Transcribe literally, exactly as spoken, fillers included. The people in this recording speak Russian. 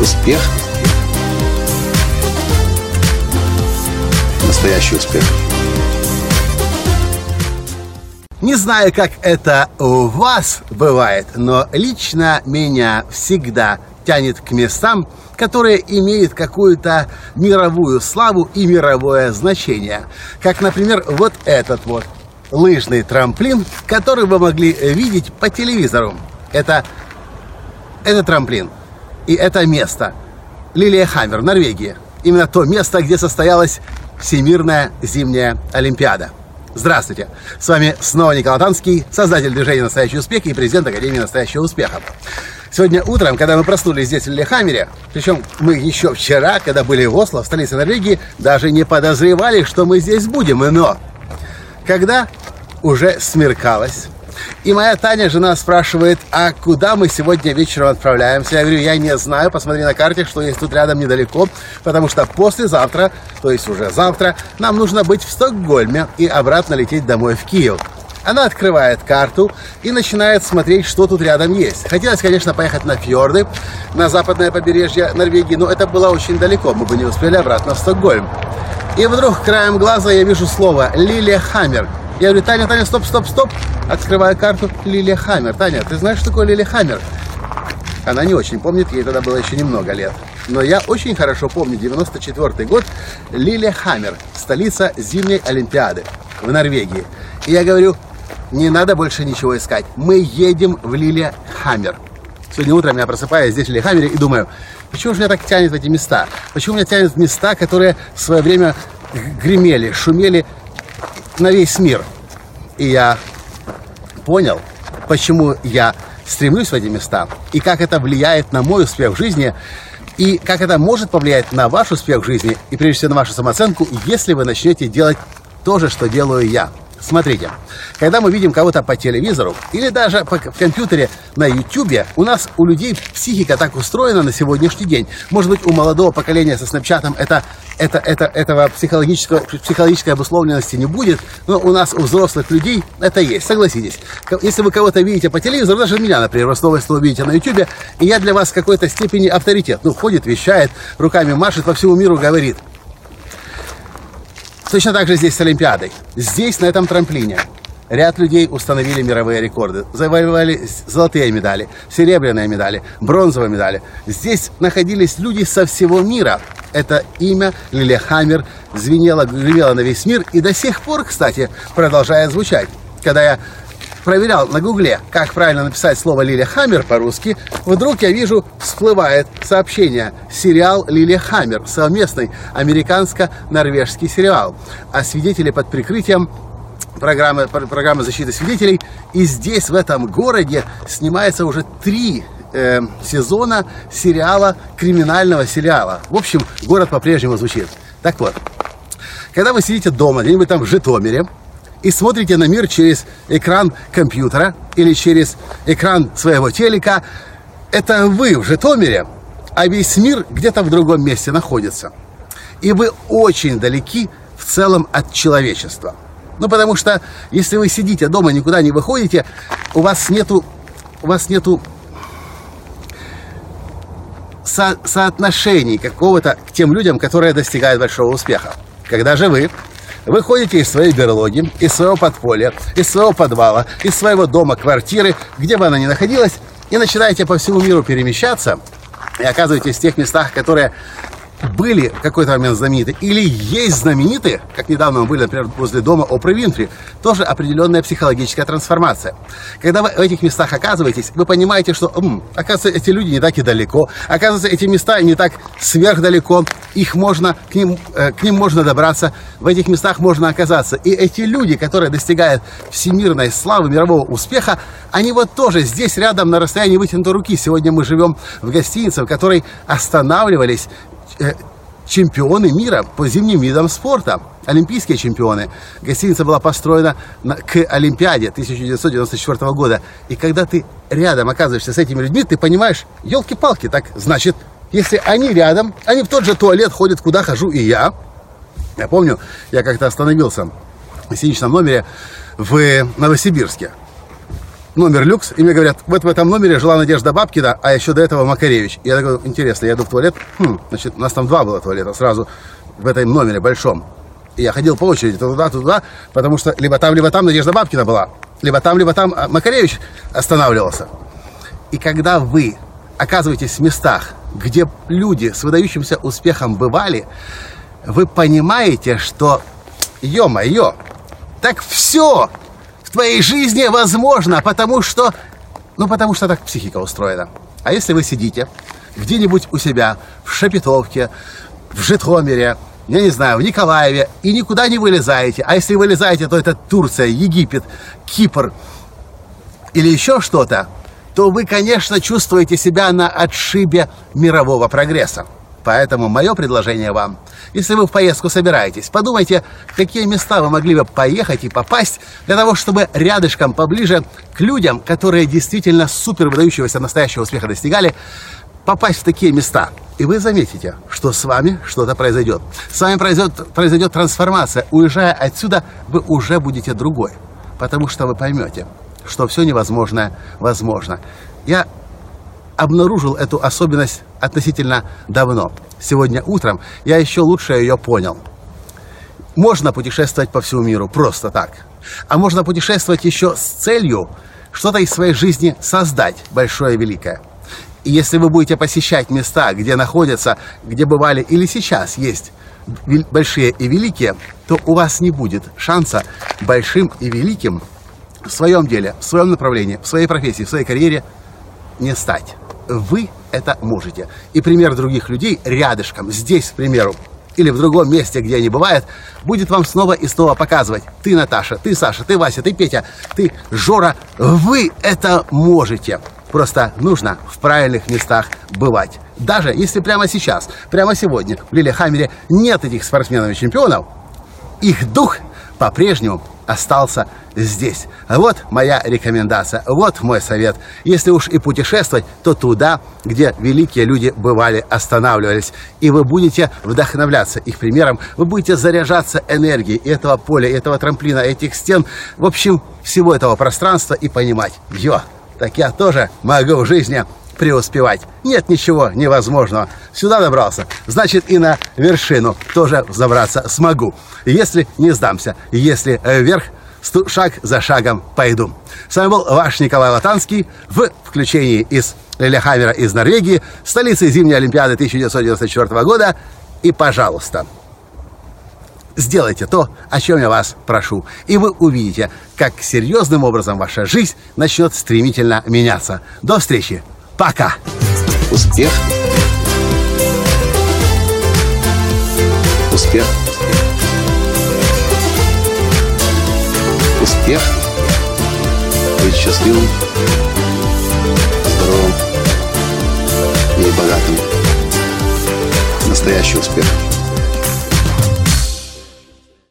успех. Настоящий успех. Не знаю, как это у вас бывает, но лично меня всегда тянет к местам, которые имеют какую-то мировую славу и мировое значение. Как, например, вот этот вот лыжный трамплин, который вы могли видеть по телевизору. Это, это трамплин. И это место. Лилиехаммер, Норвегия. Именно то место, где состоялась Всемирная зимняя Олимпиада. Здравствуйте! С вами снова Николай Танский, создатель движения «Настоящий успех» и президент Академии настоящего успеха. Сегодня утром, когда мы проснулись здесь в Лилиехаммере, причем мы еще вчера, когда были в Осло, в столице Норвегии, даже не подозревали, что мы здесь будем. Но когда уже смеркалось, и моя Таня, жена, спрашивает, а куда мы сегодня вечером отправляемся? Я говорю, я не знаю, посмотри на карте, что есть тут рядом недалеко, потому что послезавтра, то есть уже завтра, нам нужно быть в Стокгольме и обратно лететь домой в Киев. Она открывает карту и начинает смотреть, что тут рядом есть. Хотелось, конечно, поехать на фьорды, на западное побережье Норвегии, но это было очень далеко, мы бы не успели обратно в Стокгольм. И вдруг краем глаза я вижу слово «Лилиехаммер». Я говорю, Таня, Таня, стоп, стоп, стоп. Открываю карту Лилиехаммер. Таня, ты знаешь, что такое Лилиехаммер? Она не очень помнит, ей тогда было еще немного лет. Но я очень хорошо помню девяносто четвёртый год, Лилиехаммер, столица зимней Олимпиады в Норвегии. И я говорю, не надо больше ничего искать. Мы едем в Лилиехаммер. Сегодня утром я просыпаюсь здесь в Лилиехаммере и думаю, почему же меня так тянет в эти места? Почему меня тянет в места, которые в свое время гремели, шумели на весь мир? И я понял, почему я стремлюсь в эти места, и как это влияет на мой успех в жизни, и как это может повлиять на ваш успех в жизни, и прежде всего на вашу самооценку, если вы начнете делать то же, что делаю я. Смотрите, когда мы видим кого-то по телевизору или даже по компьютере на ютубе, у нас, у людей психика так устроена на сегодняшний день. Может быть, у молодого поколения со снапчатом это, это, это, этого психологического, психологической обусловленности не будет, но у нас, у взрослых людей, это есть, согласитесь. Если вы кого-то видите по телевизору, даже меня, например, вы снова что увидите на ютубе, и я для вас в какой-то степени авторитет. Ну, ходит, вещает, руками машет, по всему миру говорит. Точно так же здесь с Олимпиадой. Здесь, на этом трамплине, ряд людей установили мировые рекорды. Завоевали золотые медали, серебряные медали, бронзовые медали. Здесь находились люди со всего мира. Это имя Лилиехаммер звенело, гремело на весь мир и до сих пор, кстати, продолжает звучать. Когда я проверял на гугле, как правильно написать слово Лилиехаммер по-русски, вдруг я вижу, всплывает сообщение. Сериал Лилиехаммер, совместный американско-норвежский сериал. А свидетели под прикрытием программы, программы защиты свидетелей. И здесь, в этом городе, снимается уже три э, сезона сериала, криминального сериала. В общем, город по-прежнему звучит. Так вот, когда вы сидите дома, где-нибудь там в Житомире, и смотрите на мир через экран компьютера или через экран своего телека, это вы в Житомире, а весь мир где-то в другом месте находится. И вы очень далеки в целом от человечества. Ну, потому что, если вы сидите дома, никуда не выходите, у вас нету, у вас нету со- соотношений какого-то к тем людям, которые достигают большого успеха. Когда же вы выходите из своей берлоги, из своего подполья, из своего подвала, из своего дома, квартиры, где бы она ни находилась, и начинаете по всему миру перемещаться, и оказываетесь в тех местах, которые были в какой-то момент знамениты, или есть знамениты, как недавно мы были, например, возле дома Опры Винфри, тоже определенная психологическая трансформация. Когда вы в этих местах оказываетесь, вы понимаете, что, м, оказывается, эти люди не так и далеко, оказывается, эти места не так сверхдалеко, их можно, к ним, э, к ним можно добраться, в этих местах можно оказаться. И эти люди, которые достигают всемирной славы, мирового успеха, они вот тоже здесь рядом на расстоянии вытянутой руки. Сегодня мы живем в гостинице, в которой останавливались чемпионы мира по зимним видам спорта, олимпийские чемпионы. Гостиница была построена на, к Олимпиаде тысяча девятьсот девяносто четвёртого года. И когда ты рядом оказываешься с этими людьми, ты понимаешь, елки-палки, так значит, если они рядом, они в тот же туалет ходят, куда хожу и я. Я помню, я как-то остановился в гостиничном номере в Новосибирске. номер люкс, и мне говорят, вот в этом номере жила Надежда Бабкина, а еще до этого Макаревич. Я такой, интересно, я иду в туалет, хм, значит, у нас там два было туалета сразу в этом номере большом. И я ходил по очереди туда, туда, потому что либо там, либо там Надежда Бабкина была, либо там, либо там Макаревич останавливался. И когда вы оказываетесь в местах, где люди с выдающимся успехом бывали, вы понимаете, что, ё-моё, так все в твоей жизни возможно, потому что, ну, потому что так психика устроена. А если вы сидите где-нибудь у себя в Шепетовке, в Житомире, я не знаю, в Николаеве, и никуда не вылезаете, а если вылезаете, то это Турция, Египет, Кипр или еще что-то, то вы, конечно, чувствуете себя на отшибе мирового прогресса. Поэтому мое предложение вам, если вы в поездку собираетесь, подумайте, в какие места вы могли бы поехать и попасть для того, чтобы рядышком, поближе к людям, которые действительно супер выдающегося настоящего успеха достигали, попасть в такие места. И вы заметите, что с вами что-то произойдет. С вами произойдет, произойдет трансформация. Уезжая отсюда, вы уже будете другой. Потому что вы поймете, что все невозможное возможно. Я обнаружил эту особенность относительно давно. Сегодня утром я еще лучше ее понял. Можно путешествовать по всему миру просто так. А можно путешествовать еще с целью что-то из своей жизни создать большое и великое. И если вы будете посещать места, где находятся, где бывали или сейчас есть большие и великие, то у вас не будет шанса большим и великим в своем деле, в своем направлении, в своей профессии, в своей карьере не стать. Вы это можете. И пример других людей рядышком, здесь, к примеру, или в другом месте, где они бывают, будет вам снова и снова показывать. Ты, Наташа, ты, Саша, ты, Вася, ты, Петя, ты, Жора. Вы это можете. Просто нужно в правильных местах бывать. Даже если прямо сейчас, прямо сегодня в Лилихаммере нет этих спортсменов и чемпионов, их дух по-прежнему остался здесь. Вот моя рекомендация, вот мой совет. Если уж и путешествовать, то туда, где великие люди бывали, останавливались. И вы будете вдохновляться их примером, вы будете заряжаться энергией этого поля, этого трамплина, этих стен, в общем, всего этого пространства и понимать, ё, так я тоже могу в жизни преуспевать. Нет ничего невозможного. Сюда добрался, значит и на вершину тоже забраться смогу. Если не сдамся, если вверх, шаг за шагом пойду. С вами был ваш Николай Латанский в включении из Лилихаммера из Норвегии, столицы зимней Олимпиады тысяча девятьсот девяносто четвёртого года. И, пожалуйста, сделайте то, о чем я вас прошу, и вы увидите, как серьезным образом ваша жизнь начнет стремительно меняться. До встречи! Пока! Успех. Успех. Успех. Быть счастливым, здоровым и богатым. Настоящий успех.